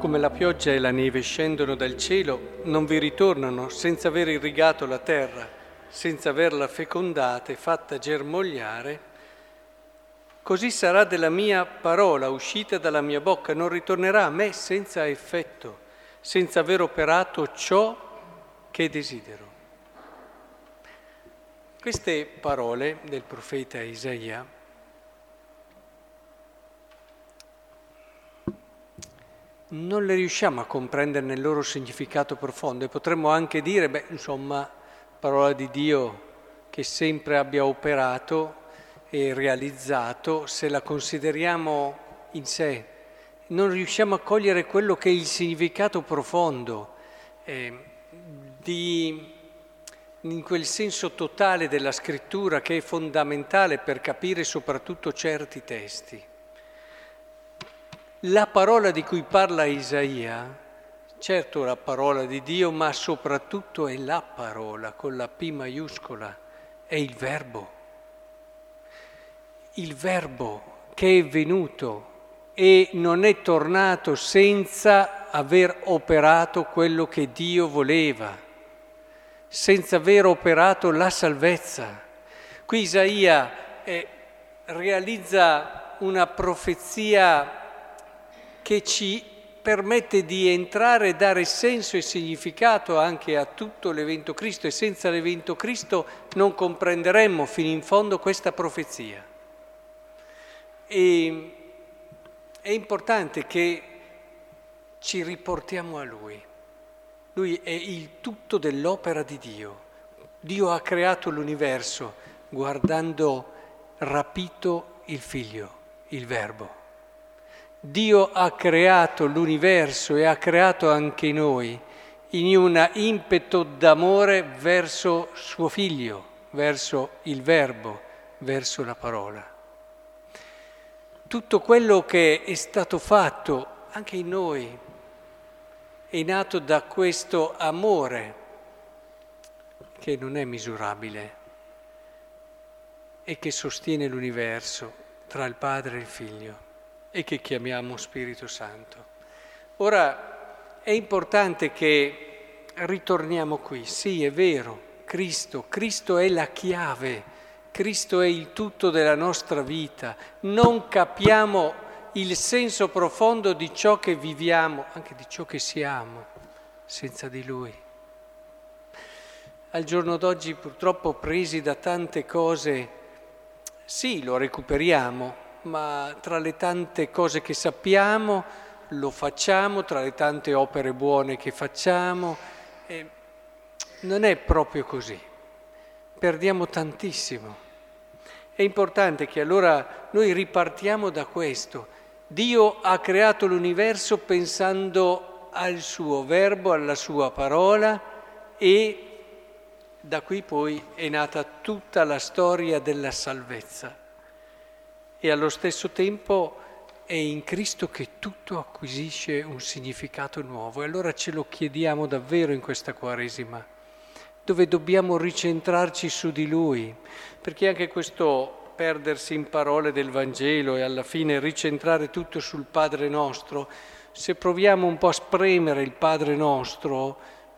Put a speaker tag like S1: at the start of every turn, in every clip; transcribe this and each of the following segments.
S1: come la pioggia e la neve scendono dal cielo, non vi ritornano senza aver irrigato la terra, senza averla fecondata e fatta germogliare, così sarà della mia parola uscita dalla mia bocca, non ritornerà a me senza effetto, senza aver operato ciò che desidero. Queste parole del profeta Isaia non le riusciamo a comprendere nel loro significato profondo e potremmo anche dire, parola di Dio che sempre abbia operato e realizzato, se la consideriamo in sé, non riusciamo a cogliere quello che è il significato profondo, in quel senso totale della scrittura che è fondamentale per capire soprattutto certi testi. La parola di cui parla Isaia, certo la parola di Dio, ma soprattutto è la parola con la P maiuscola, è il Verbo che è venuto e non è tornato senza aver operato quello che Dio voleva, senza aver operato la salvezza. Qui Isaia realizza una profezia che ci permette di entrare e dare senso e significato anche a tutto l'evento Cristo, e senza l'evento Cristo non comprenderemmo fino in fondo questa profezia. E è importante che ci riportiamo a Lui. Lui è il tutto dell'opera di Dio. Dio ha creato l'universo guardando rapito il Figlio, il Verbo. Dio ha creato l'universo e ha creato anche noi in un impeto d'amore verso suo Figlio, verso il Verbo, verso la parola. Tutto quello che è stato fatto anche in noi è nato da questo amore che non è misurabile e che sostiene l'universo tra il Padre e il Figlio, e che chiamiamo Spirito Santo. Ora è importante che ritorniamo qui. Sì, è vero, Cristo è la chiave, Cristo è il tutto della nostra vita. Non capiamo il senso profondo di ciò che viviamo, anche di ciò che siamo, senza di Lui. Al giorno d'oggi, purtroppo, presi da tante cose, sì, lo recuperiamo, ma tra le tante cose che sappiamo lo facciamo, tra le tante opere buone che facciamo, non è proprio così, perdiamo tantissimo. È importante che allora noi ripartiamo da questo. Dio ha creato l'universo pensando al suo Verbo, alla sua parola, e da qui poi è nata tutta la storia della salvezza. E allo stesso tempo è in Cristo che tutto acquisisce un significato nuovo. E allora ce lo chiediamo davvero in questa Quaresima, dove dobbiamo ricentrarci su di Lui, perché anche questo perdersi in parole del Vangelo e alla fine ricentrare tutto sul Padre nostro, se proviamo un po' a spremere il Padre nostro,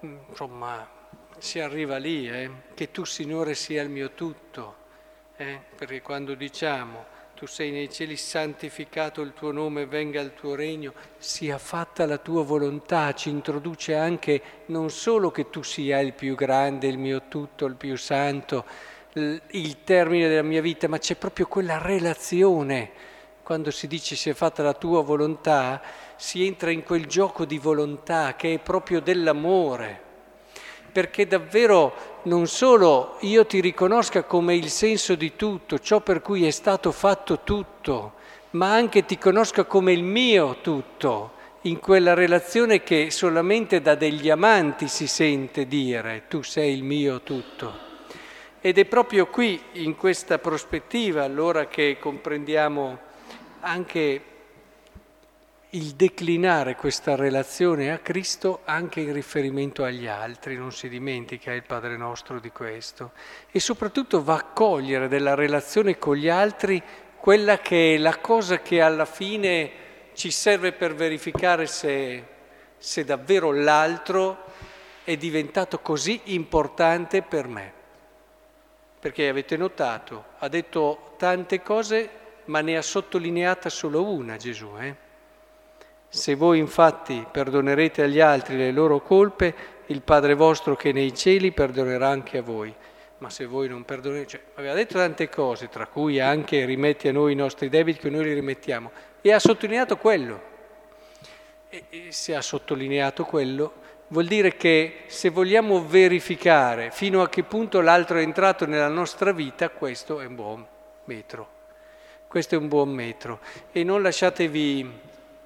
S1: si arriva lì, che tu, Signore, sia il mio tutto, perché quando diciamo tu sei nei cieli, santificato il tuo nome, venga il tuo regno, sia fatta la tua volontà, ci introduce anche non solo che tu sia il più grande, il mio tutto, il più santo, il termine della mia vita, ma c'è proprio quella relazione. Quando si dice sia fatta la tua volontà, si entra in quel gioco di volontà che è proprio dell'amore, perché davvero non solo io ti riconosca come il senso di tutto, ciò per cui è stato fatto tutto, ma anche ti conosca come il mio tutto, in quella relazione che solamente da degli amanti si sente dire tu sei il mio tutto. Ed è proprio qui, in questa prospettiva, allora che comprendiamo anche il declinare questa relazione a Cristo anche in riferimento agli altri, non si dimentica il Padre nostro di questo, e soprattutto va a cogliere della relazione con gli altri quella che è la cosa che alla fine ci serve per verificare se se davvero l'altro è diventato così importante per me. Perché avete notato, ha detto tante cose, ma ne ha sottolineata solo una Gesù. Se voi infatti perdonerete agli altri le loro colpe, il Padre vostro che è nei cieli perdonerà anche a voi. Ma se voi non perdonate, cioè, aveva detto tante cose, tra cui anche rimetti a noi i nostri debiti che noi li rimettiamo, e ha sottolineato quello. E se ha sottolineato quello, vuol dire che se vogliamo verificare fino a che punto l'altro è entrato nella nostra vita, questo è un buon metro. Questo è un buon metro. E non lasciatevi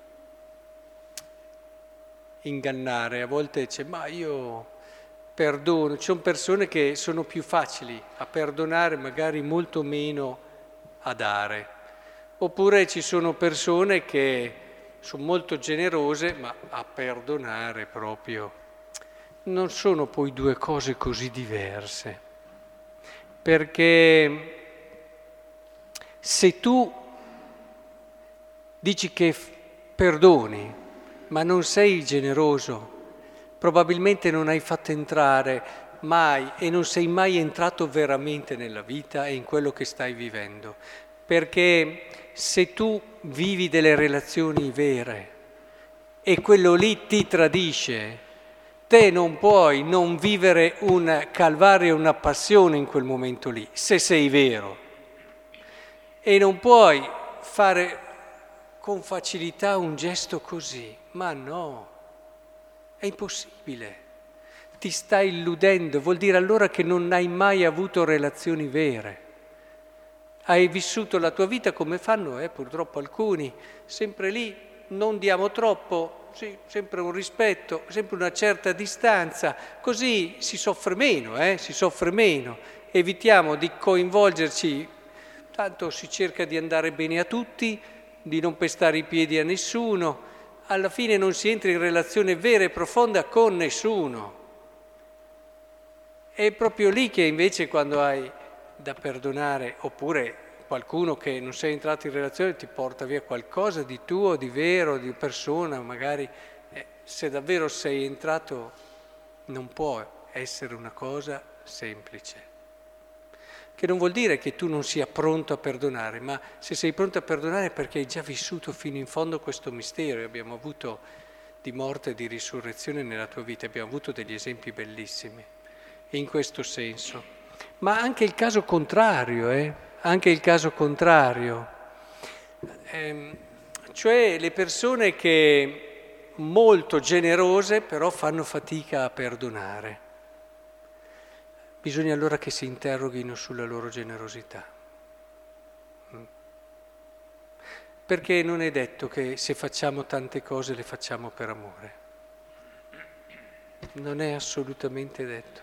S1: ingannare. A volte dice, ma io perdono. Ci sono persone che sono più facili a perdonare, magari molto meno a dare. Oppure ci sono persone che sono molto generose, ma a perdonare proprio. Non sono poi due cose così diverse, perché se tu dici che perdoni, ma non sei generoso, probabilmente non hai fatto entrare mai e non sei mai entrato veramente nella vita e in quello che stai vivendo. Perché se tu vivi delle relazioni vere e quello lì ti tradisce, te non puoi non vivere un calvario e una passione in quel momento lì, se sei vero. E non puoi fare con facilità un gesto così, ma no, è impossibile. Ti stai illudendo, vuol dire allora che non hai mai avuto relazioni vere. Hai vissuto la tua vita come fanno purtroppo alcuni, sempre lì, non diamo troppo, sì, sempre un rispetto, sempre una certa distanza, così si soffre meno, si soffre meno. Evitiamo di coinvolgerci, tanto si cerca di andare bene a tutti, di non pestare i piedi a nessuno, alla fine non si entra in relazione vera e profonda con nessuno. È proprio lì che invece quando hai da perdonare, oppure qualcuno che non sei entrato in relazione ti porta via qualcosa di tuo, di vero, di persona, magari se davvero sei entrato non può essere una cosa semplice. Che non vuol dire che tu non sia pronto a perdonare, ma se sei pronto a perdonare è perché hai già vissuto fino in fondo questo mistero. Abbiamo avuto di morte e di risurrezione nella tua vita, abbiamo avuto degli esempi bellissimi in questo senso. Ma anche il caso contrario, anche il caso contrario, cioè le persone che molto generose però fanno fatica a perdonare. Bisogna allora che si interroghino sulla loro generosità. Perché non è detto che se facciamo tante cose le facciamo per amore. Non è assolutamente detto.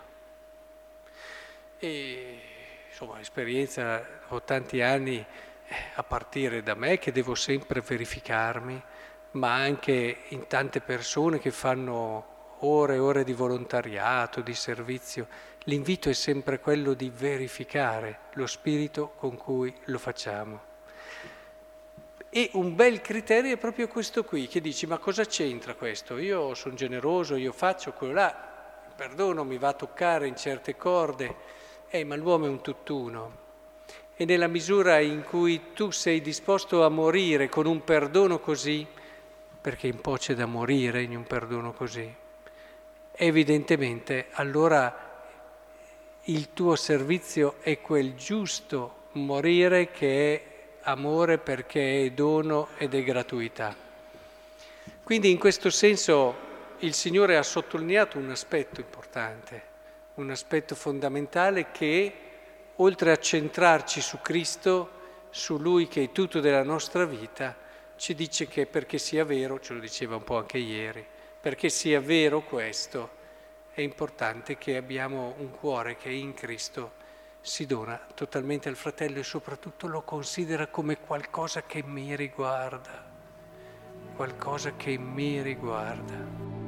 S1: E insomma, l'esperienza, ho tanti anni a partire da me che devo sempre verificarmi, ma anche in tante persone che fanno ore e ore di volontariato, di servizio. L'invito è sempre quello di verificare lo spirito con cui lo facciamo. E un bel criterio è proprio questo qui, che dici, ma cosa c'entra questo? Io sono generoso, io faccio quello là, il perdono mi va a toccare in certe corde, ma l'uomo è un tutt'uno. E nella misura in cui tu sei disposto a morire con un perdono così, perché un po' c'è da morire in un perdono così, evidentemente allora il tuo servizio è quel giusto morire che è amore perché è dono ed è gratuità. Quindi in questo senso il Signore ha sottolineato un aspetto importante, un aspetto fondamentale che, oltre a centrarci su Cristo, su Lui che è tutto della nostra vita, ci dice che perché sia vero, ce lo diceva un po' anche ieri, perché sia vero questo, è importante che abbiamo un cuore che in Cristo si dona totalmente al fratello e soprattutto lo considera come qualcosa che mi riguarda, qualcosa che mi riguarda.